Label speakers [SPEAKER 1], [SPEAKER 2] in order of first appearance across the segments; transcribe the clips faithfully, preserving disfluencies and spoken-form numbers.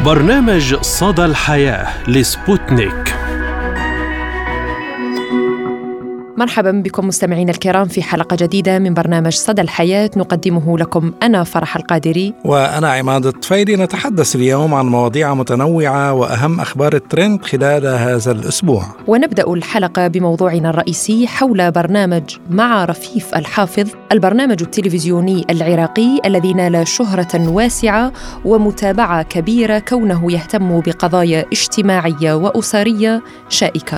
[SPEAKER 1] برنامج صدى الحياة لسبوتنيك.
[SPEAKER 2] مرحبا بكم مستمعينا الكرام في حلقة جديدة من برنامج صدى الحياة نقدمه لكم أنا فرح القادري
[SPEAKER 3] وأنا عماد الطفيلي. نتحدث اليوم عن مواضيع متنوعة وأهم أخبار الترند خلال هذا الأسبوع.
[SPEAKER 2] ونبدأ الحلقة بموضوعنا الرئيسي حول برنامج مع رفيف الحافظ، البرنامج التلفزيوني العراقي الذي نال شهرة واسعة ومتابعة كبيرة كونه يهتم بقضايا اجتماعية وأسرية شائكة.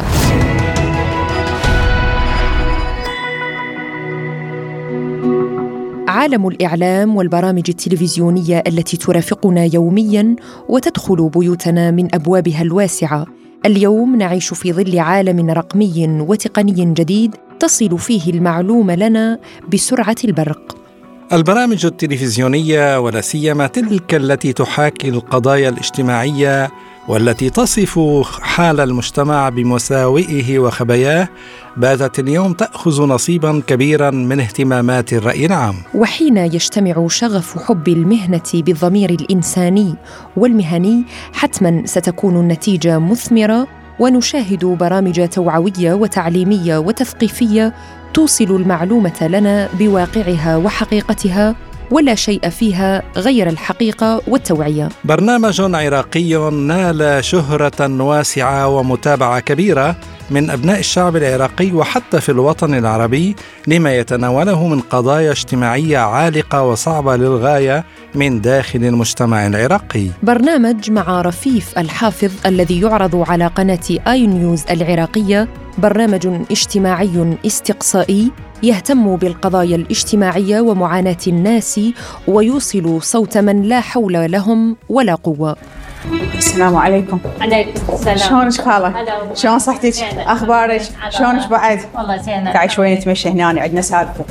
[SPEAKER 2] عالم الإعلام والبرامج التلفزيونية التي ترافقنا يومياً وتدخل بيوتنا من أبوابها الواسعة. اليوم نعيش في ظل عالم رقمي وتقني جديد تصل فيه المعلومة لنا بسرعة البرق.
[SPEAKER 3] البرامج التلفزيونية ولا سيما تلك التي تحاكي القضايا الاجتماعية والتي تصف حال المجتمع بمساوئه وخباياه باتت اليوم تأخذ نصيباً كبيراً من اهتمامات الرأي العام.
[SPEAKER 2] وحين يجتمع شغف حب المهنة بالضمير الإنساني والمهني حتماً ستكون النتيجة مثمرة، ونشاهد برامج توعوية وتعليمية وتثقيفية توصل المعلومة لنا بواقعها وحقيقتها، ولا شيء فيها غير الحقيقة والتوعية.
[SPEAKER 3] برنامج عراقي نال شهرة واسعة ومتابعة كبيرة من أبناء الشعب العراقي وحتى في الوطن العربي لما يتناوله من قضايا اجتماعية عالقة وصعبة للغاية من داخل المجتمع العراقي.
[SPEAKER 2] برنامج مع رفيف الحافظ الذي يعرض على قناة آي نيوز العراقية برنامج اجتماعي استقصائي يهتم بالقضايا الاجتماعية ومعاناة الناس ويوصل صوت من لا حول لهم ولا قوة.
[SPEAKER 4] السلام عليكم.
[SPEAKER 5] عليكم السلام.
[SPEAKER 4] شلونك خالة؟ شلون صحتك؟ أخبارك؟ شلونك بعد؟
[SPEAKER 5] والله زينة.
[SPEAKER 4] تعي شوي نتمشى هنا عندنا سالفة.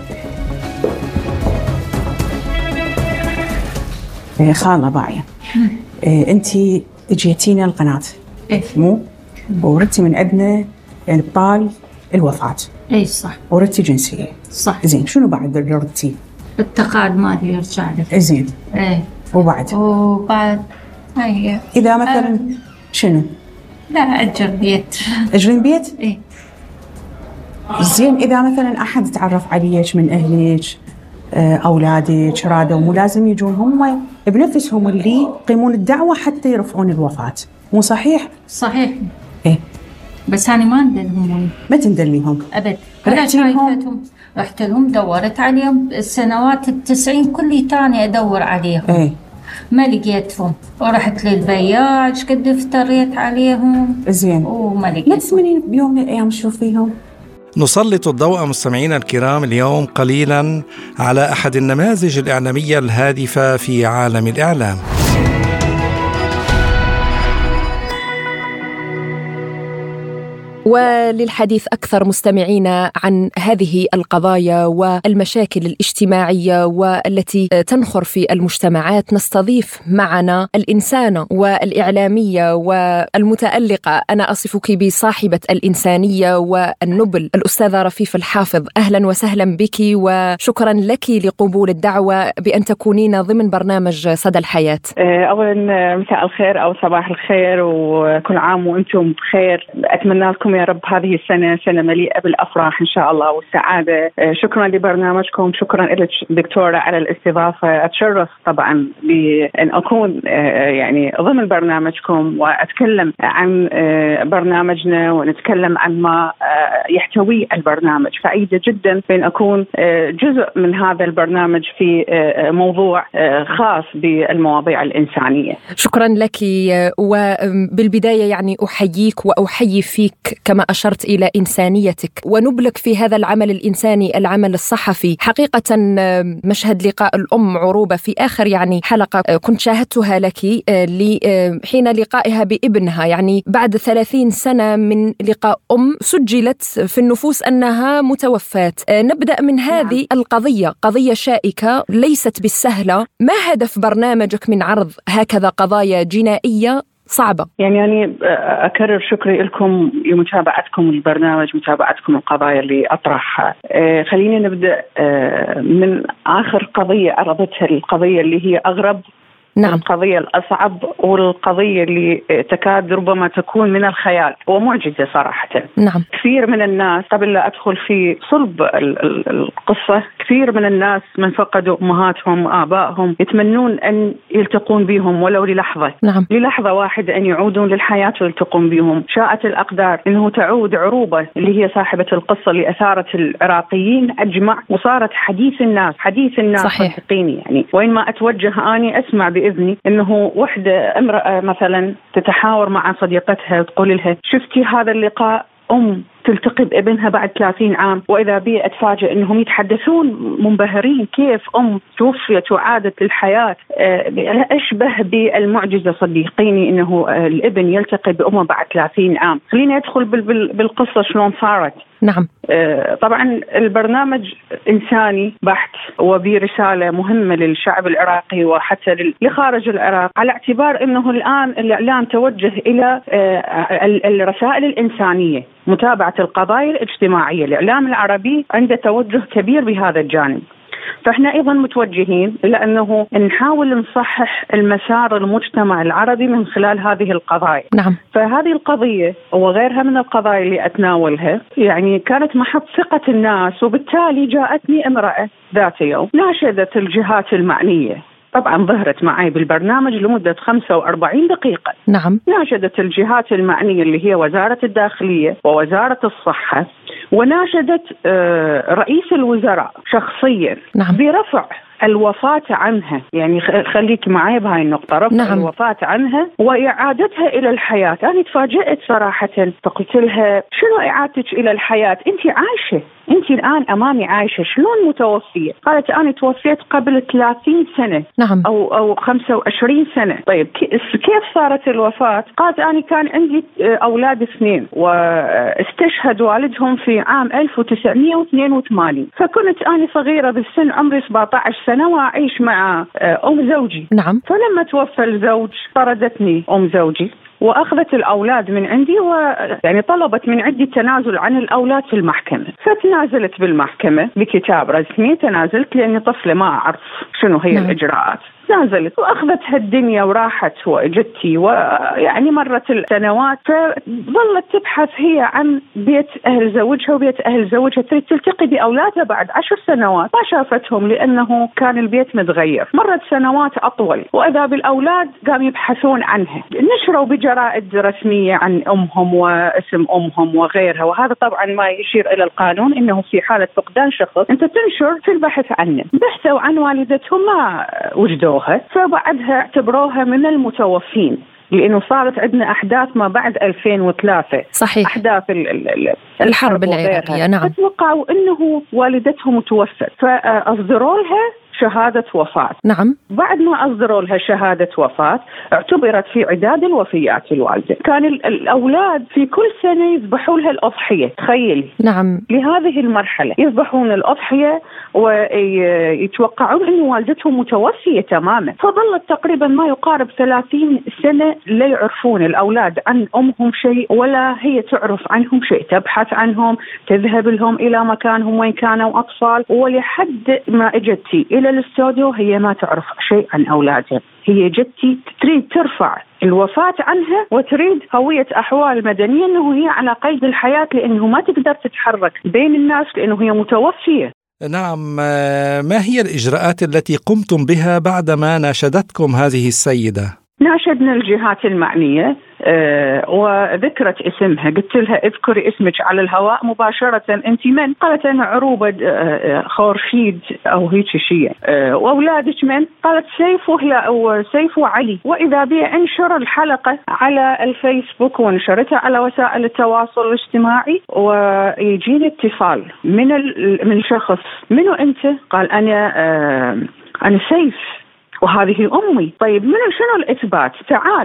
[SPEAKER 4] إيه خالة باعية. إيه أنتي جيتينا القناة.
[SPEAKER 5] إيه.
[SPEAKER 4] مو؟ وردتي من عندنا إبطال الوفاة.
[SPEAKER 5] إيه صح.
[SPEAKER 4] وردتي جنسية.
[SPEAKER 5] صح.
[SPEAKER 4] زين شنو بعد ردتي؟
[SPEAKER 5] التقاعد مالي يرجع لك.
[SPEAKER 4] زين.
[SPEAKER 5] إيه.
[SPEAKER 4] وبعد؟
[SPEAKER 5] وبعد هي.
[SPEAKER 4] إذا مثلا أه. شنو؟
[SPEAKER 5] لا أجر بيت.
[SPEAKER 4] أجرين بيت؟
[SPEAKER 5] إيه.
[SPEAKER 4] زين إذا مثلا أحد تعرف عليك من أهلك أولادك رادوا مو لازم يجون هم بنفسهم اللي يقيمون الدعوة حتى يرفعون الوفاة، مو صحيح؟
[SPEAKER 5] صحيح.
[SPEAKER 4] إيه.
[SPEAKER 5] بس أنا ما ندلهم.
[SPEAKER 4] ما تندليهم؟
[SPEAKER 5] أبد.
[SPEAKER 4] رحت لهم؟
[SPEAKER 5] رحت لهم دورت عليهم السنوات التسعين كلي تاني أدور عليهم.
[SPEAKER 4] إيه.
[SPEAKER 5] ما لقيتهم ورحت للبياع قد افتريت عليهم.
[SPEAKER 4] زين.
[SPEAKER 5] وما لقيتهم.
[SPEAKER 4] ما تسمنين بيوم من الأيام تشوفيهم؟
[SPEAKER 3] نسلط الضوء مستمعينا الكرام اليوم قليلا على أحد النماذج الإعلامية الهادفة في عالم الإعلام.
[SPEAKER 2] وللحديث أكثر مستمعينا عن هذه القضايا والمشاكل الاجتماعية والتي تنخر في المجتمعات نستضيف معنا الإنسانة والإعلامية والمتألقة، أنا أصفك بصاحبة الإنسانية والنبل، الأستاذة رفيف الحافظ. أهلا وسهلا بك وشكرا لك لقبول الدعوة بأن تكونين ضمن برنامج صدى الحياة.
[SPEAKER 4] أولا مساء الخير أو صباح الخير وكل عام وأنتم بخير. أتمنى لكم يا رب هذه السنة سنة مليئة بالأفراح إن شاء الله والسعادة. شكرا لبرنامجكم، شكرا لك دكتورة على الاستضافة. أتشرف طبعا بأن أكون يعني ضمن برنامجكم وأتكلم عن برنامجنا ونتكلم عن ما يحتوي البرنامج. سعيدة جدا بأن أكون جزء من هذا البرنامج في موضوع خاص بالمواضيع الإنسانية.
[SPEAKER 2] شكرا لك. وبالبداية يعني أحييك وأحيي فيك كما أشرت إلى إنسانيتك ونبلك في هذا العمل الإنساني، العمل الصحفي. حقيقة مشهد لقاء الأم عروبة في آخر يعني حلقة كنت شاهدتها لك حين لقائها بابنها، يعني بعد ثلاثين سنة من لقاء أم سجلت في النفوس أنها متوفاة. نبدأ من هذه القضية، قضية شائكة ليست بالسهلة. ما هدف برنامجك من عرض هكذا قضايا جنائية صعبة؟
[SPEAKER 4] يعني يعني أكرر شكري لكم لمتابعتكم البرنامج، متابعتكم القضايا اللي أطرحها. خلينا نبدأ من آخر قضية عرضتها، القضية اللي هي أغرب
[SPEAKER 2] نعم.
[SPEAKER 4] القضية الأصعب والقضية اللي تكاد ربما تكون من الخيال ومعجزة صراحة.
[SPEAKER 2] نعم.
[SPEAKER 4] كثير من الناس، قبل لا أدخل في صلب القصة، كثير من الناس من فقدوا أمهاتهم آبائهم يتمنون أن يلتقون بهم ولو للحظة.
[SPEAKER 2] نعم.
[SPEAKER 4] للحظة واحدة أن يعودون للحياة ويلتقون بهم. شاءت الأقدار أنه تعود عروبة اللي هي صاحبة القصة اللي أثارت العراقيين أجمع وصارت حديث الناس، حديث الناس.
[SPEAKER 2] صحيح.
[SPEAKER 4] صدقيني يعني وين ما أتوجه أني أسمع بإذني أنه وحدة امرأة مثلا تتحاور مع صديقتها وتقول لها شفتي هذا اللقاء، أم تلتقي بابنها بعد ثلاثين عام، وإذا بي أتفاجئ أنهم يتحدثون منبهرين كيف أم توفيت وعادت للحياة. أشبه بالمعجزة صديقيني أنه الابن يلتقي بأمه بعد ثلاثين عام. خلينا ندخل بالقصة شلون صارت.
[SPEAKER 2] نعم.
[SPEAKER 4] طبعا البرنامج إنساني بحت وبرسالة مهمة للشعب العراقي وحتى لخارج العراق، على اعتبار أنه الآن الإعلام توجه إلى الرسائل الإنسانية، متابعة القضايا الاجتماعية. الإعلام العربي عنده توجه كبير بهذا الجانب، فإحنا أيضا متوجهين إلى أنه نحاول نصحح المسار المجتمع العربي من خلال هذه القضايا.
[SPEAKER 2] نعم.
[SPEAKER 4] فهذه القضية وغيرها من القضايا اللي أتناولها يعني كانت محط ثقة الناس، وبالتالي جاءتني امرأة ذات يوم ناشدت الجهات المعنية. طبعا ظهرت معي بالبرنامج لمدة خمسة وأربعين دقيقة.
[SPEAKER 2] نعم.
[SPEAKER 4] ناشدت الجهات المعنية اللي هي وزارة الداخلية ووزارة الصحة، وناشدت رئيس الوزراء شخصيا.
[SPEAKER 2] نعم.
[SPEAKER 4] برفع الوفاة عنها، يعني خليك معي بهاي النقطة، رفع
[SPEAKER 2] نعم.
[SPEAKER 4] الوفاة عنها وإعادتها إلى الحياة. أنا تفاجأت صراحة، فقلت لها شنو إعادتك إلى الحياة؟ أنت عايشة، أنت الآن أمامي عايشة، شلون متوفية؟ قالت أنا توفيت قبل ثلاثين سنة.
[SPEAKER 2] نعم.
[SPEAKER 4] أو أو خمسة وعشرين سنة. طيب كيف صارت الوفاة؟ قالت أنا كان عندي أولاد اثنين واستشهد والدهم في عام ألف وتسعمئة واثنين وثمانين، فكنت أنا صغيرة بالسن، عمري سبعة عشر سنة وأعيش مع أم زوجي.
[SPEAKER 2] نعم.
[SPEAKER 4] فلما توفى الزوج طردتني أم زوجي وأخذت الأولاد من عندي، ويعني طلبت من عندي التنازل عن الأولاد في المحكمة. فتنازلت بالمحكمة بكتاب رسمي، تنازلت لأني طفلة ما أعرف شنو هي نعم. الإجراءات. نازلت وأخذتها الدنيا وراحت وجدتي، ويعني مرت السنوات، فظلت تبحث هي عن بيت أهل زوجها وبيت أهل زوجها، تريد تلتقي بأولادها بعد عشر سنوات، ما شافتهم لأنه كان البيت متغير. مرت سنوات أطول وإذا بالأولاد قام يبحثون عنها، نشروا بجرائد رسمية عن أمهم واسم أمهم وغيرها، وهذا طبعا ما يشير إلى القانون أنه في حالة فقدان شخص أنت تنشر في البحث عنه. بحثوا عن والدتهم ما وجدوا، فبعدها اعتبروها من المتوفين، لأنه صارت عندنا أحداث ما بعد ألفين وثلاثة.
[SPEAKER 2] صحيح.
[SPEAKER 4] أحداث
[SPEAKER 2] الحرب العراقية. نعم.
[SPEAKER 4] فتوقعوا أنه والدتهم توفت، فأصدروا لها شهادة وفاة.
[SPEAKER 2] نعم.
[SPEAKER 4] بعد ما أصدروا لها شهادة وفاة اعتبرت في عداد الوفيات الوالدة. كان الأولاد في كل سنة يذبحوا لها الأضحية، تخيل.
[SPEAKER 2] نعم.
[SPEAKER 4] لهذه المرحلة يذبحون الأضحية ويتوقعون أن والدتهم متوفية تماما. فظلت تقريبا ما يقارب ثلاثين سنة لا يعرفون الأولاد عن أمهم شيء ولا هي تعرف عنهم شيء، تبحث عنهم، تذهب لهم إلى مكانهم وين كانوا أطفال، ولحد ما اجتي إلى الاستوديو هي ما تعرف شيء عن أولادها. هي جتي تريد ترفع الوفاة عنها وتريد هوية أحوال مدنية أنه هي على قيد الحياة، لأنه ما تقدر تتحرك بين الناس لأنه هي متوفية.
[SPEAKER 3] نعم. ما هي الإجراءات التي قمتم بها بعدما ناشدتكم هذه السيدة؟
[SPEAKER 4] ناشدنا الجهات المعنية أه وذكرت اسمها، قلت لها اذكري اسمك على الهواء مباشرة، أنت من؟ قالت أنا عروبة أه خورشيد أو هيك شيء. أه وأولادك من؟ قالت سيف وهي أو سيف وعلي. وإذا بي انشر الحلقة على الفيسبوك ونشرتها على وسائل التواصل الاجتماعي، ويجيني اتصال من من شخص، منو أنت؟ قال أنا أه أنا سيف وهذه أمي. طيب من شنو الإثبات؟ تعال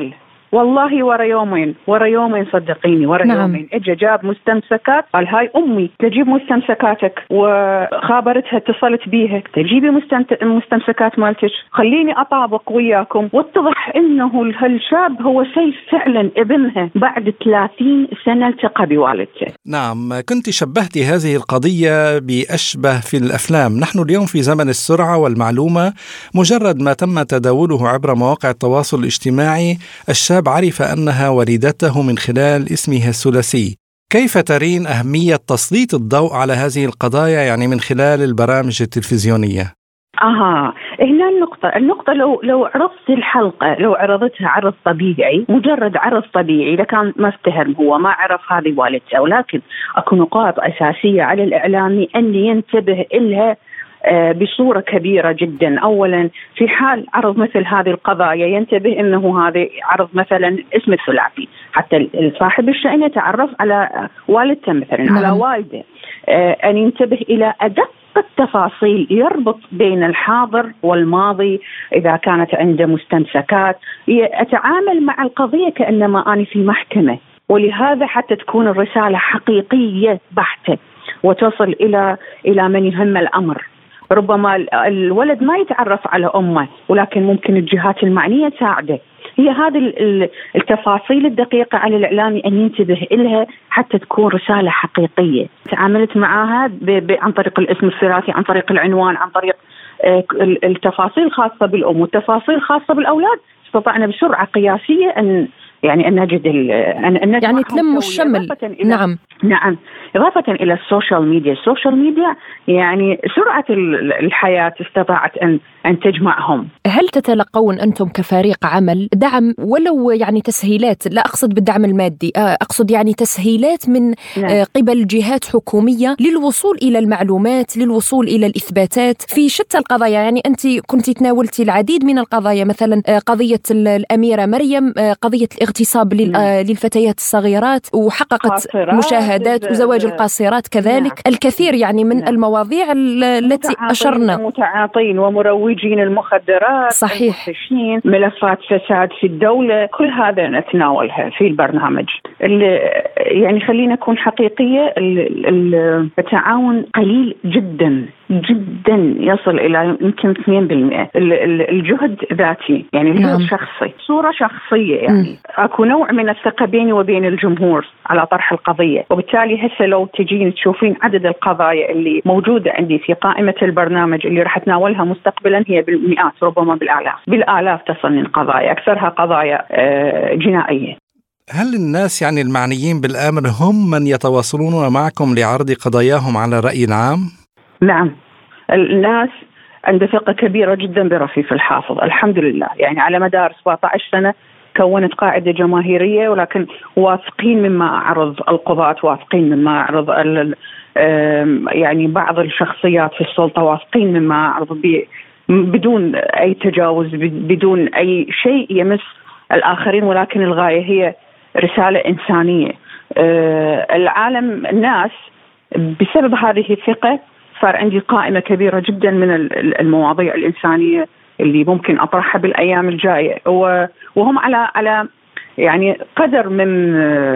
[SPEAKER 4] والله ورا يومين ورا يومين صدقيني ورا نعم. يومين اجى جاب مستمسكات، قال هاي امي تجيب مستمسكاتك، وخابرتها اتصلت بيها تجيبي مستمسكات مالتك خليني اطابق وياكم، واتضح انه هالشاب هو سيف فعلا ابنها بعد ثلاثين سنه التقى بوالدته.
[SPEAKER 3] نعم، كنت شبهتي هذه القضيه باشبه في الافلام. نحن اليوم في زمن السرعه والمعلومه، مجرد ما تم تداوله عبر مواقع التواصل الاجتماعي الشاب عرف أنها والدته من خلال اسمها الثلاثي. كيف ترين أهمية تسليط الضوء على هذه القضايا يعني من خلال البرامج التلفزيونية؟
[SPEAKER 4] اها هنا النقطة، النقطة لو لو عرضت الحلقة، لو عرضتها عرض طبيعي، مجرد عرض طبيعي، إذا كان ما افتهم هو ما عرف هذه والدته، ولكن اكو نقاط أساسية على الإعلامي أن ينتبه إلها بصورة كبيرة جدا. أولا في حال عرض مثل هذه القضايا ينتبه أنه هذا عرض مثلا اسم الثلاثي، حتى صاحب الشأن يتعرف على والدته مثلا نعم. على والده، أن ينتبه إلى أدق التفاصيل، يربط بين الحاضر والماضي. إذا كانت عنده مستمسكات أتعامل مع القضية كأنما أنا في محكمة، ولهذا حتى تكون الرسالة حقيقية بحتة وتصل إلى إلى من يهم الأمر. ربما الولد ما يتعرف على أمه، ولكن ممكن الجهات المعنية تساعده. هي هذه التفاصيل الدقيقة على الإعلامي أن ينتبه إلها حتى تكون رسالة حقيقية. تعاملت معها عن طريق الاسم الثلاثي، عن طريق العنوان، عن طريق التفاصيل الخاصة بالأم والتفاصيل الخاصة بالأولاد. استطعنا بسرعة قياسية أن يعني أن نجد أن
[SPEAKER 2] يعني تلم الشمل. نعم
[SPEAKER 4] نعم إضافة إلى السوشيال ميديا. السوشيال ميديا يعني سرعة الحياة استطاعت أن أن تجمعهم.
[SPEAKER 2] هل تتلقون أنتم كفريق عمل دعم ولو يعني تسهيلات؟ لا أقصد بالدعم المادي، أقصد يعني تسهيلات من نعم. قبل جهات حكومية للوصول إلى المعلومات، للوصول إلى الإثباتات في شتى القضايا. يعني أنت كنت تناولتي العديد من القضايا، مثلا قضية الأميرة مريم، قضية الاغتصاب للفتيات الصغيرات وحققت مشاهدات، وزواج القاصرات كذلك. نعم. الكثير يعني من نعم. المواضيع التي أشرنا.
[SPEAKER 4] متعاطين ومروجين المخدرات،
[SPEAKER 2] صحيح،
[SPEAKER 4] ملفات فساد في الدولة، كل هذا نتناولها في البرنامج. يعني خلينا نكون حقيقية، التعاون قليل جدا جدا، يصل إلى يمكن اثنين بالمئة. الجهد ذاتي، يعني الجهد نعم. شخصي، صورة شخصية. يعني م. أكو نوع من الثقة بيني وبين الجمهور على طرح القضية. وبالتالي هسه لو تجين تشوفين عدد القضايا اللي موجودة عندي في قائمة البرنامج اللي راح أتناولها مستقبلا هي بالمئات، ربما بالآلاف بالآلاف تصل من قضايا، أكثرها قضايا جنائية.
[SPEAKER 3] هل الناس يعني المعنيين بالأمر هم من يتواصلون معكم لعرض قضاياهم على الرأي العام؟
[SPEAKER 4] نعم، الناس عنده ثقة كبيرة جدا برفيف الحافظ الحمد لله. يعني على مدار سبعة عشر سنة كونت قاعدة جماهيرية، ولكن واثقين مما أعرض القضاة، واثقين مما أعرض يعني بعض الشخصيات في السلطة، واثقين مما أعرض بدون أي تجاوز، بدون أي شيء يمس الآخرين، ولكن الغاية هي رسالة إنسانية. العالم، الناس بسبب هذه الثقة صار عندي قائمة كبيرة جدا من المواضيع الإنسانية اللي ممكن أطرحها بالأيام الجاية، وهم على على يعني قدر من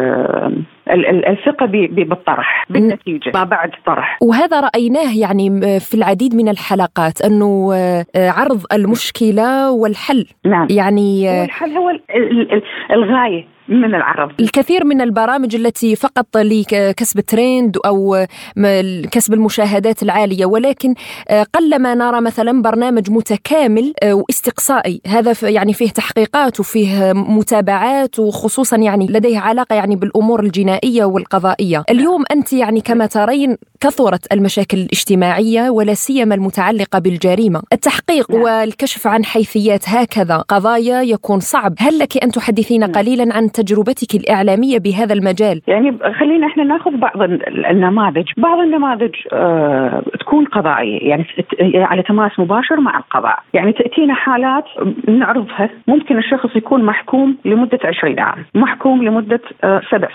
[SPEAKER 4] الثقة بالطرح، بالنتيجة ما بعد الطرح.
[SPEAKER 2] وهذا رأيناه يعني في العديد من الحلقات، أنه عرض المشكلة والحل.
[SPEAKER 4] نعم.
[SPEAKER 2] يعني
[SPEAKER 4] الحل هو الغاية من العرض.
[SPEAKER 2] الكثير من البرامج التي فقط لكسب ترند أو كسب المشاهدات العالية، ولكن قلما نرى مثلا برنامج متكامل واستقصائي، هذا يعني فيه تحقيقات وفيه متابعات، وخصوصا يعني لديه علاقة يعني بالأمور الجنائية والقضائية. اليوم أنت يعني كما ترين كثرت المشاكل الاجتماعية ولا سيما المتعلقة بالجريمة. التحقيق نعم. والكشف عن حيثيات هكذا قضايا يكون صعب. هل لك أن تحدثين قليلا عن تجربتك الإعلامية بهذا المجال؟
[SPEAKER 4] يعني خلينا احنا ناخذ بعض النماذج. بعض النماذج آه تكون قضائية، يعني على تماس مباشر مع القضاء. يعني تأتينا حالات نعرضها، ممكن الشخص يكون محكوم لمدة عشرين عام، محكوم لمدة آه سبع سنوات،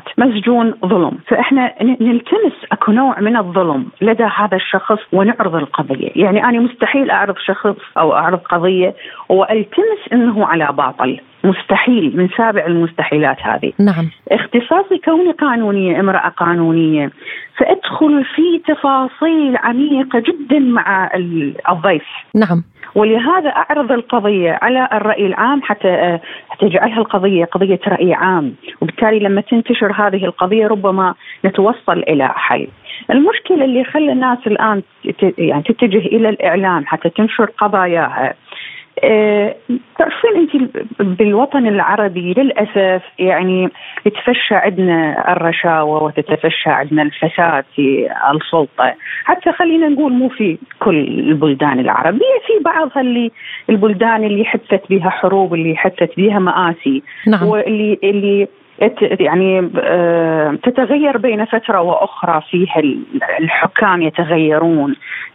[SPEAKER 4] مسجون ظلم، فإحنا نلتمس أكو نوع من الظلم لدى هذا الشخص ونعرض القضية. يعني أنا مستحيل أعرض شخص أو أعرض قضية والتمس أنه على باطل، مستحيل، من سابع المستحيلات هذه.
[SPEAKER 2] نعم.
[SPEAKER 4] اختصاصي كوني قانونية، امرأة قانونية، فأدخل في تفاصيل عميقة جدا مع الضيف.
[SPEAKER 2] نعم.
[SPEAKER 4] ولهذا أعرض القضية على الرأي العام حتى تجعلها القضية قضية رأي عام، وبالتالي لما تنتشر هذه القضية ربما نتوصل إلى حل. المشكلة اللي خلى الناس الآن يعني تتجه إلى الإعلام حتى تنشر قضاياها، أه تعرفين أنت بالوطن العربي للأسف يعني يتفشى عندنا الرشاوى وتتفشى عندنا الفساد في السلطة، حتى خلينا نقول مو في كل البلدان العربية، في بعضها اللي البلدان اللي حدثت بها حروب، اللي حدثت بها مآسي. نعم. واللي اللي يعني تتغير بين فترة وأخرى، فيها الحكام يتغيرون،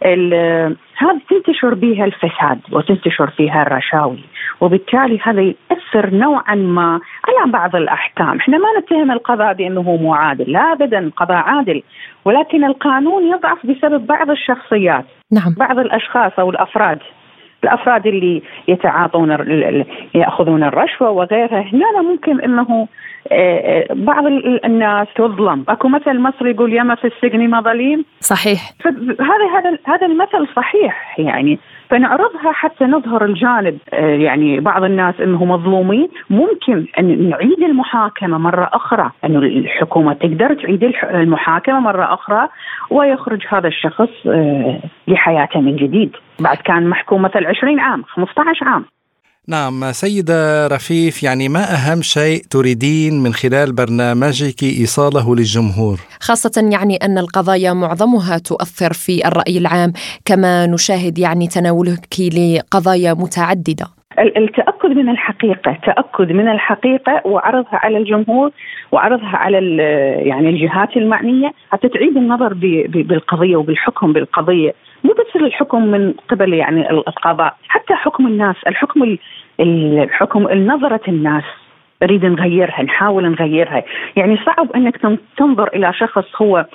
[SPEAKER 4] هذا تنتشر بها الفساد وتنتشر فيها الرشاوي، وبالتالي هذا يأثر نوعا ما على بعض الأحكام. احنا ما نتهم القضاء بأنه مو عادل، لا أبدا، القضاء عادل، ولكن القانون يضعف بسبب بعض الشخصيات. نعم. بعض الأشخاص أو الأفراد الأفراد اللي يتعاطون يأخذون الرشوة وغيرها. هنا ممكن أنه بعض الناس تظلم. أكو مثل مصري يقول ياما في السجن ما ظليم.
[SPEAKER 2] صحيح.
[SPEAKER 4] هذا هذا هذا المثل صحيح يعني، فنعرضها حتى نظهر الجانب. يعني بعض الناس انه مظلومين، ممكن ان نعيد المحاكمة مرة أخرى، أنه الحكومة تقدر تعيد المحاكمة مرة أخرى ويخرج هذا الشخص لحياته من جديد بعد كان محكوم مثل عشرين عام خمسة عشر عام.
[SPEAKER 3] نعم سيدة رفيف، يعني ما أهم شيء تريدين من خلال برنامجك إيصاله للجمهور؟
[SPEAKER 2] خاصة يعني أن القضايا معظمها تؤثر في الرأي العام، كما نشاهد يعني تناولك لقضايا متعددة.
[SPEAKER 4] التأكد من الحقيقة، تأكد من الحقيقة وعرضها على الجمهور وعرضها على يعني الجهات المعنية حتى تعيد النظر بالقضية وبالحكم بالقضية، مو بس الحكم من قبل يعني القضاء، حتى حكم الناس، الحكم الحكم النظرة الناس نريد نغيرها، نحاول نغيرها. يعني صعب أنك تنظر إلى شخص هو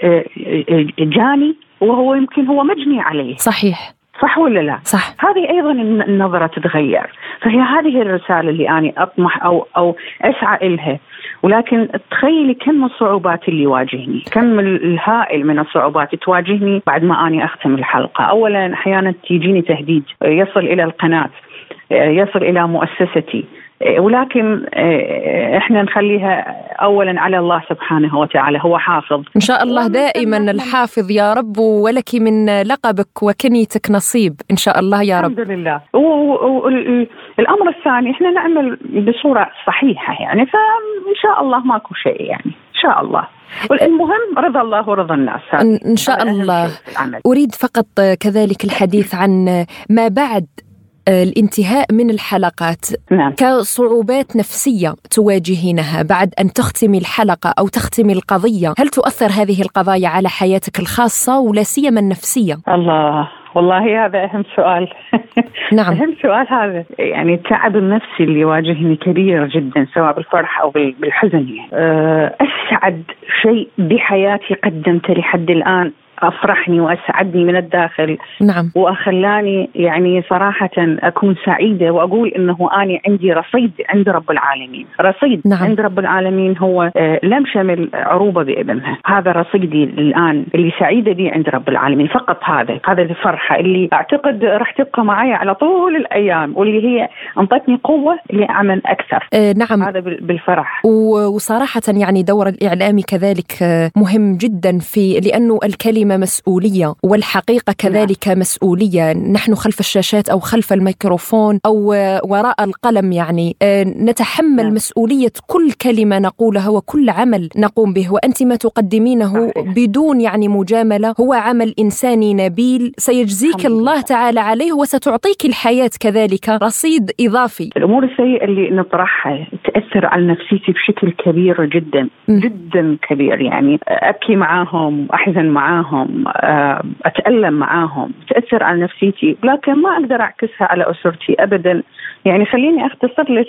[SPEAKER 4] جاني وهو يمكن هو مجني عليه.
[SPEAKER 2] صحيح.
[SPEAKER 4] صح ولا لا؟
[SPEAKER 2] صح.
[SPEAKER 4] هذه أيضا النظرة تتغير، فهي هذه الرسالة اللي أنا أطمح أو أو أسعى إلها. ولكن تخيلي كم الصعوبات اللي يواجهني، كم الهائل من الصعوبات تواجهني بعد ما أنا أختم الحلقة. أولا أحيانا تيجيني تهديد يصل إلى القناة، يصل إلى مؤسستي، ولكن احنا نخليها اولا على الله سبحانه وتعالى، هو حافظ
[SPEAKER 2] ان شاء الله دائما الحافظ يا رب، ولك من لقبك وكنيتك نصيب ان شاء الله يا رب.
[SPEAKER 4] الحمد لله. والامر الثاني احنا نعمل بصوره صحيحه يعني، فان شاء الله ماكو شيء يعني ان شاء الله. والمهم رضا الله ورضا الناس
[SPEAKER 2] ان شاء الله. اريد فقط كذلك الحديث عن ما بعد الانتهاء من الحلقات. نعم. كصعوبات نفسية تواجهينها بعد أن تختمي الحلقة أو تختمي القضية، هل تؤثر هذه القضايا على حياتك الخاصة ولا سيما النفسية؟
[SPEAKER 4] الله، والله هذا أهم سؤال.
[SPEAKER 2] نعم.
[SPEAKER 4] أهم سؤال هذا. يعني التعب النفسي اللي يواجهني كبير جدا، سواء بالفرح أو بالحزن. أسعد شيء بحياتي قدمته لحد الآن، أفرحني وأسعدني من الداخل.
[SPEAKER 2] نعم.
[SPEAKER 4] وأخلاني يعني صراحة أكون سعيدة وأقول إنه أنا عندي رصيد عند رب العالمين، رصيد. نعم. عند رب العالمين هو لم شمل عروبة بإذنها، هذا رصيدي الآن اللي سعيدة به عند رب العالمين فقط. هذا هذا الفرحة اللي أعتقد راح تبقى معي على طول الأيام، واللي هي أنطتني قوة لأعمل أكثر.
[SPEAKER 2] آه نعم.
[SPEAKER 4] هذا بالفرح.
[SPEAKER 2] وصراحة يعني دور الإعلامي كذلك مهم جدا، في لأنه الكلمة مسؤولية والحقيقة كذلك. نعم. مسؤولية. نحن خلف الشاشات أو خلف الميكروفون أو وراء القلم يعني نتحمل. نعم. مسؤولية كل كلمة نقولها وكل عمل نقوم به، وأنت ما تقدمينه صحيح. بدون يعني مجاملة هو عمل إنساني نبيل سيجزيك الله تعالى عليه، وستعطيك الحياة كذلك رصيد إضافي.
[SPEAKER 4] الأمور السيئة اللي نطرحها تأثر على نفسيتي بشكل كبير جدا. م. جدا كبير يعني، أبكي معاهم، أحزن معاهم، أتألم معاهم، تأثر على نفسيتي، لكن ما أقدر أعكسها على أسرتي أبدا. يعني خليني أختصر لك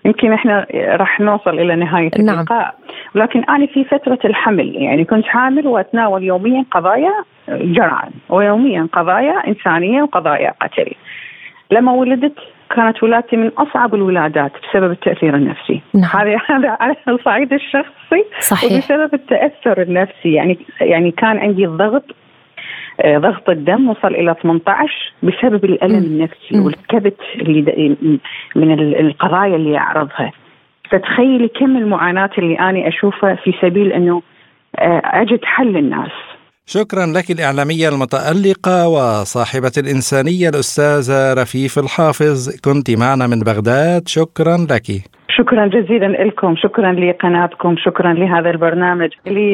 [SPEAKER 4] يمكن إحنا راح نوصل إلى نهاية
[SPEAKER 2] نعم.
[SPEAKER 4] اللقاء، ولكن أنا في فترة الحمل يعني كنت حامل وأتناول يوميا قضايا جرائم ويوميا قضايا إنسانية وقضايا قتل. لما ولدت كانت ولادتي من أصعب الولادات بسبب التأثير النفسي.
[SPEAKER 2] نعم.
[SPEAKER 4] هذا هذا على الصعيد الشخصي.
[SPEAKER 2] صحيح.
[SPEAKER 4] وبسبب التأثر النفسي يعني يعني كان عندي الضغط آه ضغط الدم وصل إلى ثمانية عشر بسبب الألم م. النفسي م. والكبت اللي من القضايا اللي أعرضها. فتخيلي كم المعاناة اللي أنا أشوفها في سبيل أنه آه أجد حل للناس.
[SPEAKER 3] شكرا لك الإعلامية المتألقة وصاحبة الإنسانية الأستاذة رفيف الحافظ، كنت معنا من بغداد. شكرا لك.
[SPEAKER 4] شكرا جزيلا لكم، شكرا لقناتكم، شكرا لهذا البرنامج،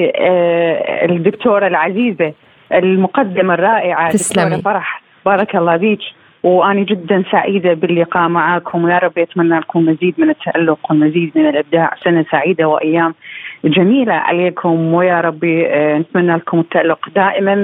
[SPEAKER 4] للدكتورة العزيزة المقدمة الرائعة دكتورة فرح، بارك الله بيك. وأنا جدا سعيدة باللقاء معكم، ويا رب يتمنى لكم مزيد من التألق ومزيد من الإبداع، سنة سعيدة وأيام جميلة عليكم، ويا ربي نتمنى لكم التألق دائما.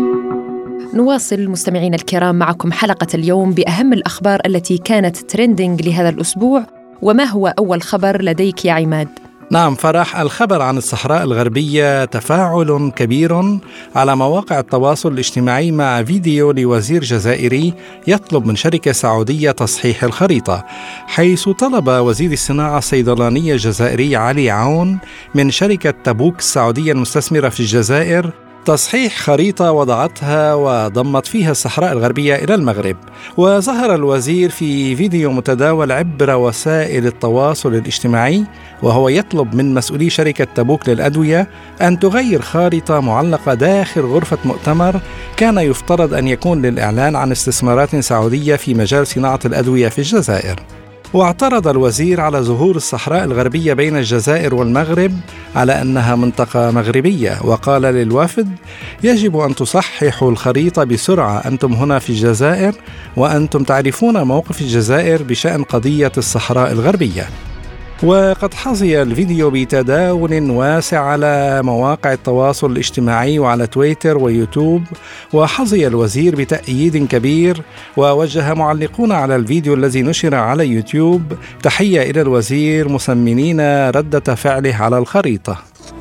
[SPEAKER 2] نواصل مستمعين الكرام معكم حلقة اليوم بأهم الأخبار التي كانت تريندينج لهذا الأسبوع. وما هو أول خبر لديك يا عماد؟
[SPEAKER 3] نعم فرح، الخبر عن الصحراء الغربية تفاعل كبير على مواقع التواصل الاجتماعي مع فيديو لوزير جزائري يطلب من شركة سعودية تصحيح الخريطة، حيث طلب وزير الصناعة الصيدلاني الجزائري علي عون من شركة تبوك السعودية المستثمرة في الجزائر تصحيح خريطة وضعتها وضمت فيها الصحراء الغربية إلى المغرب. وظهر الوزير في فيديو متداول عبر وسائل التواصل الاجتماعي وهو يطلب من مسؤولي شركة تبوك للأدوية أن تغير خارطة معلقة داخل غرفة مؤتمر كان يفترض أن يكون للإعلان عن استثمارات سعودية في مجال صناعة الأدوية في الجزائر. واعترض الوزير على ظهور الصحراء الغربية بين الجزائر والمغرب على أنها منطقة مغربية، وقال للوفد: يجب أن تصححوا الخريطة بسرعة، أنتم هنا في الجزائر وأنتم تعرفون موقف الجزائر بشأن قضية الصحراء الغربية. وقد حظي الفيديو بتداول واسع على مواقع التواصل الاجتماعي وعلى تويتر ويوتيوب، وحظي الوزير بتأييد كبير، ووجه معلقون على الفيديو الذي نشر على يوتيوب تحية إلى الوزير مسمنين ردة فعله على الخريطة.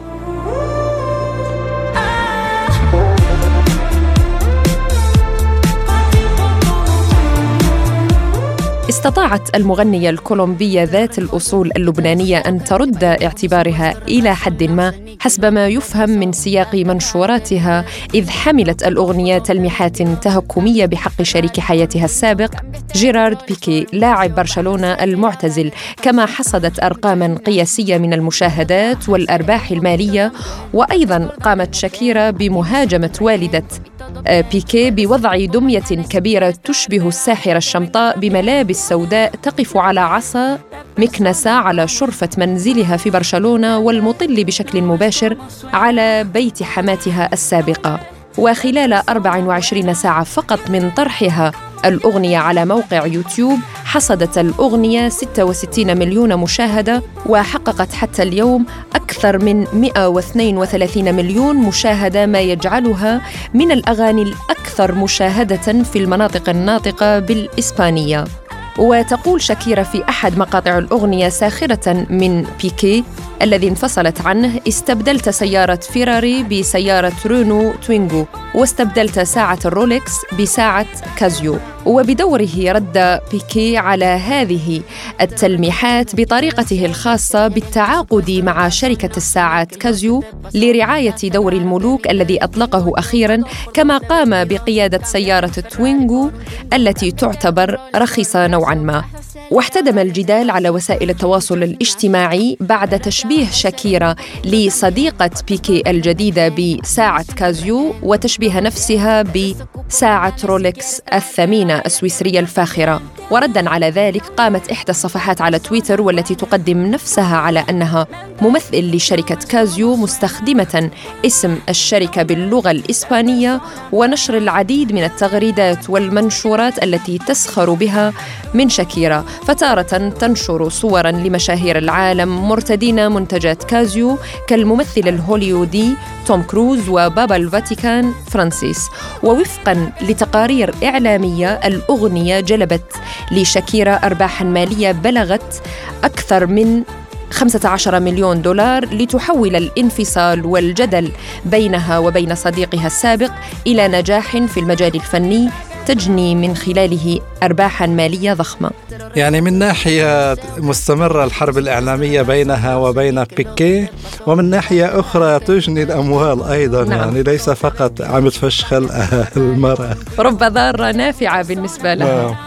[SPEAKER 2] استطاعت المغنية الكولومبية ذات الأصول اللبنانية أن ترد اعتبارها إلى حد ما حسب ما يفهم من سياق منشوراتها، إذ حملت الأغنية تلميحات تهكمية بحق شريك حياتها السابق جيرارد بيكي لاعب برشلونة المعتزل، كما حصدت أرقاماً قياسية من المشاهدات والأرباح المالية. وأيضاً قامت شاكيرا بمهاجمة والدة بيكي بوضع دمية كبيرة تشبه الساحرة الشمطاء بملابس سوداء تقف على عصا مكنسة على شرفة منزلها في برشلونة، والمطل بشكل مباشر على بيت حماتها السابقة. وخلال أربع وعشرين ساعة فقط من طرحها الأغنية على موقع يوتيوب حصدت الأغنية ستة وستين مليون مشاهدة، وحققت حتى اليوم أكثر من مئة واثنين وثلاثين مليون مشاهدة، ما يجعلها من الأغاني الأكثر مشاهدة في المناطق الناطقة بالإسبانية. وتقول شاكيرا في أحد مقاطع الأغنية ساخرة من بيكي الذي انفصلت عنه: استبدلت سيارة فيراري بسيارة رونو توينغو، واستبدلت ساعة الرولكس بساعة كازيو. وبدوره رد بيكي على هذه التلميحات بطريقته الخاصة بالتعاقد مع شركة الساعات كازيو لرعاية دور الملوك الذي أطلقه أخيراً، كما قام بقيادة سيارة توينغو التي تعتبر رخيصة نوعاً ما. واحتدم الجدال على وسائل التواصل الاجتماعي بعد تشبيه شاكيرا لصديقة بيكي الجديدة بساعة كازيو، وتشبيه نفسها بساعة رولكس الثمينة السويسرية الفاخرة. ورداً على ذلك قامت إحدى الصفحات على تويتر والتي تقدم نفسها على أنها ممثل لشركة كازيو مستخدمة اسم الشركة باللغة الإسبانية، ونشر العديد من التغريدات والمنشورات التي تسخر بها من شاكيرا. فتارة تنشر صوراً لمشاهير العالم مرتدين منتجات كازيو كالممثل الهوليودي توم كروز وبابا الفاتيكان فرانسيس. ووفقاً لتقارير إعلامية، الأغنية جلبت لشاكيرا أرباحاً مالية بلغت أكثر من خمسة عشر مليون دولار، لتحول الانفصال والجدل بينها وبين صديقها السابق إلى نجاح في المجال الفني تجني من خلاله أرباحاً مالية ضخمة.
[SPEAKER 3] يعني من ناحية مستمرة الحرب الإعلامية بينها وبين بيكي، ومن ناحية أخرى تجني الأموال أيضاً. نعم. يعني ليس فقط عم تفشخل المرأة،
[SPEAKER 2] رب ضارة نافعة بالنسبة لها. نعم.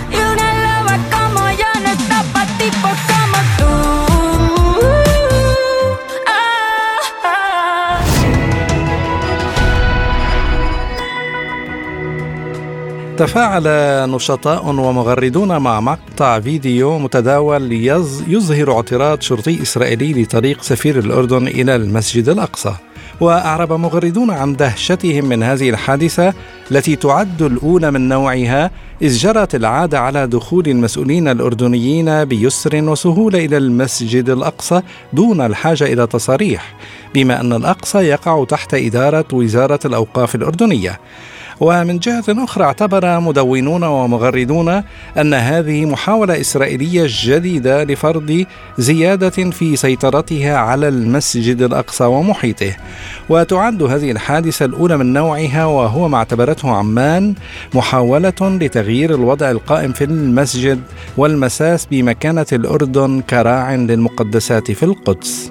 [SPEAKER 3] تفاعل نشطاء ومغردون مع مقطع فيديو متداول يظهر اعتراض شرطي إسرائيلي لطريق سفير الأردن إلى المسجد الأقصى. وأعرب مغردون عن دهشتهم من هذه الحادثة التي تعد الأولى من نوعها، إذ جرت العادة على دخول المسؤولين الأردنيين بيسر وسهولة إلى المسجد الأقصى دون الحاجة إلى تصاريح، بما أن الأقصى يقع تحت إدارة وزارة الأوقاف الأردنية. ومن جهة أخرى اعتبر مدونون ومغردون أن هذه محاولة إسرائيلية جديدة لفرض زيادة في سيطرتها على المسجد الأقصى ومحيطه، وتعد هذه الحادثة الأولى من نوعها، وهو ما اعتبرته عمان محاولة لتغيير الوضع القائم في المسجد والمساس بمكانة الأردن كراع للمقدسات في القدس.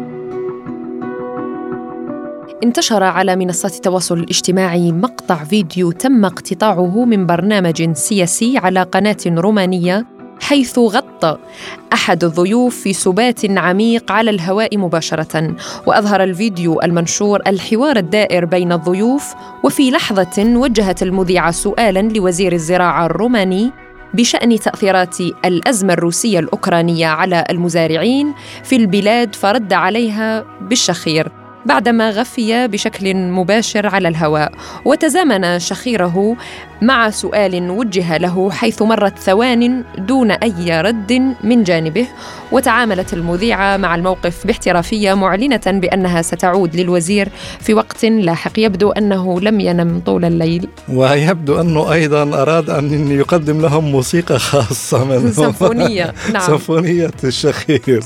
[SPEAKER 2] انتشر على منصات التواصل الاجتماعي مقطع فيديو تم اقتطاعه من برنامج سياسي على قناة رومانية، حيث غطى أحد الضيوف في سبات عميق على الهواء مباشرة. وأظهر الفيديو المنشور الحوار الدائر بين الضيوف، وفي لحظة وجهت المذيعة سؤالاً لوزير الزراعة الروماني بشأن تأثيرات الأزمة الروسية الأوكرانية على المزارعين في البلاد، فرد عليها بالشخير بعدما غفي بشكل مباشر على الهواء. وتزامن شخيره مع سؤال وجه له، حيث مرت ثوان دون أي رد من جانبه. وتعاملت المذيعة مع الموقف باحترافية، معلنة بأنها ستعود للوزير في وقت لاحق. يبدو أنه لم ينم طول الليل،
[SPEAKER 3] ويبدو أنه أيضا أراد أن يقدم لهم موسيقى خاصة منهم.
[SPEAKER 2] سيمفونية. نعم.
[SPEAKER 3] سيمفونية الشخير.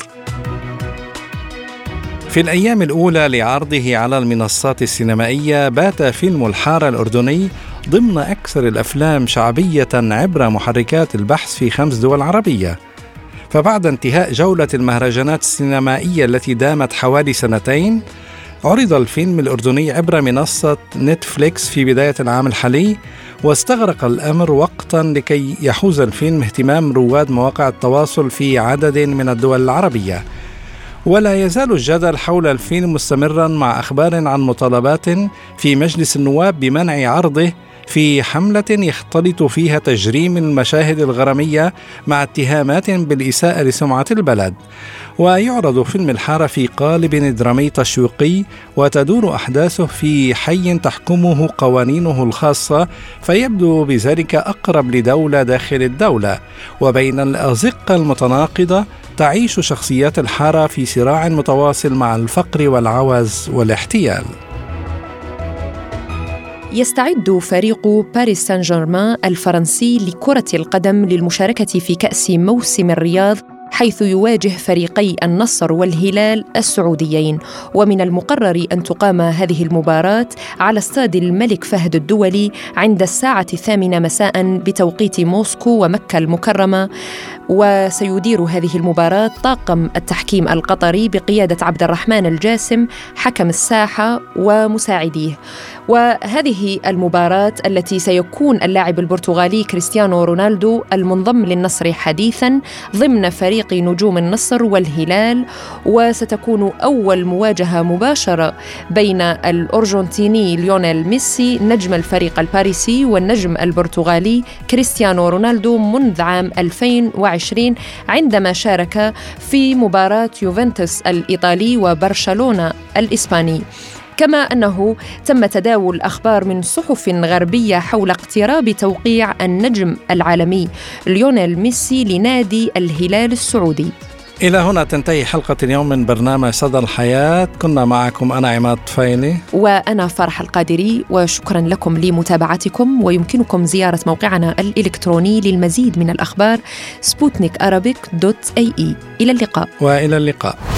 [SPEAKER 3] في الأيام الأولى لعرضه على المنصات السينمائية، بات فيلم الحارة الأردني ضمن أكثر الأفلام شعبية عبر محركات البحث في خمس دول عربية. فبعد انتهاء جولة المهرجانات السينمائية التي دامت حوالي سنتين، عرض الفيلم الأردني عبر منصة نتفليكس في بداية العام الحالي، واستغرق الأمر وقتا لكي يحوز الفيلم اهتمام رواد مواقع التواصل في عدد من الدول العربية. ولا يزال الجدل حول الفيلم مستمرا، مع أخبار عن مطالبات في مجلس النواب بمنع عرضه في حملة يختلط فيها تجريم المشاهد الغرامية مع اتهامات بالإساءة لسمعة البلد. ويعرض فيلم الحارة في قالب درامي تشويقي، وتدور أحداثه في حي تحكمه قوانينه الخاصة، فيبدو بذلك أقرب لدولة داخل الدولة. وبين الأزقة المتناقضة تعيش شخصيات الحارة في صراع متواصل مع الفقر والعوز والاحتيال.
[SPEAKER 2] يستعد فريق باريس سان جيرمان الفرنسي لكرة القدم للمشاركة في كأس موسم الرياض، حيث يواجه فريقي النصر والهلال السعوديين. ومن المقرر أن تقام هذه المباراة على استاد الملك فهد الدولي عند الساعة الثامنة مساء بتوقيت موسكو ومكة المكرمة. وسيدير هذه المباراة طاقم التحكيم القطري بقيادة عبد الرحمن الجاسم حكم الساحة ومساعديه. وهذه المباراة التي سيكون اللاعب البرتغالي كريستيانو رونالدو المنضم للنصر حديثاً ضمن فريق نجوم النصر والهلال، وستكون أول مواجهة مباشرة بين الأرجنتيني ليونيل ميسي نجم الفريق الباريسي والنجم البرتغالي كريستيانو رونالدو منذ عام ألفين وعشرين، عندما شارك في مباراة يوفنتوس الإيطالي وبرشلونة الإسباني. كما أنه تم تداول أخبار من صحف غربية حول اقتراب توقيع النجم العالمي ليونيل ميسي لنادي الهلال السعودي.
[SPEAKER 3] إلى هنا تنتهي حلقة اليوم من برنامج صدى الحياة. كنا معكم أنا عماد طفيلي
[SPEAKER 2] وأنا فرح القادري، وشكرا لكم لمتابعتكم. ويمكنكم زيارة موقعنا الإلكتروني للمزيد من الأخبار سبوتنيك أرابيك دوت أي إي. إلى اللقاء.
[SPEAKER 3] وإلى اللقاء.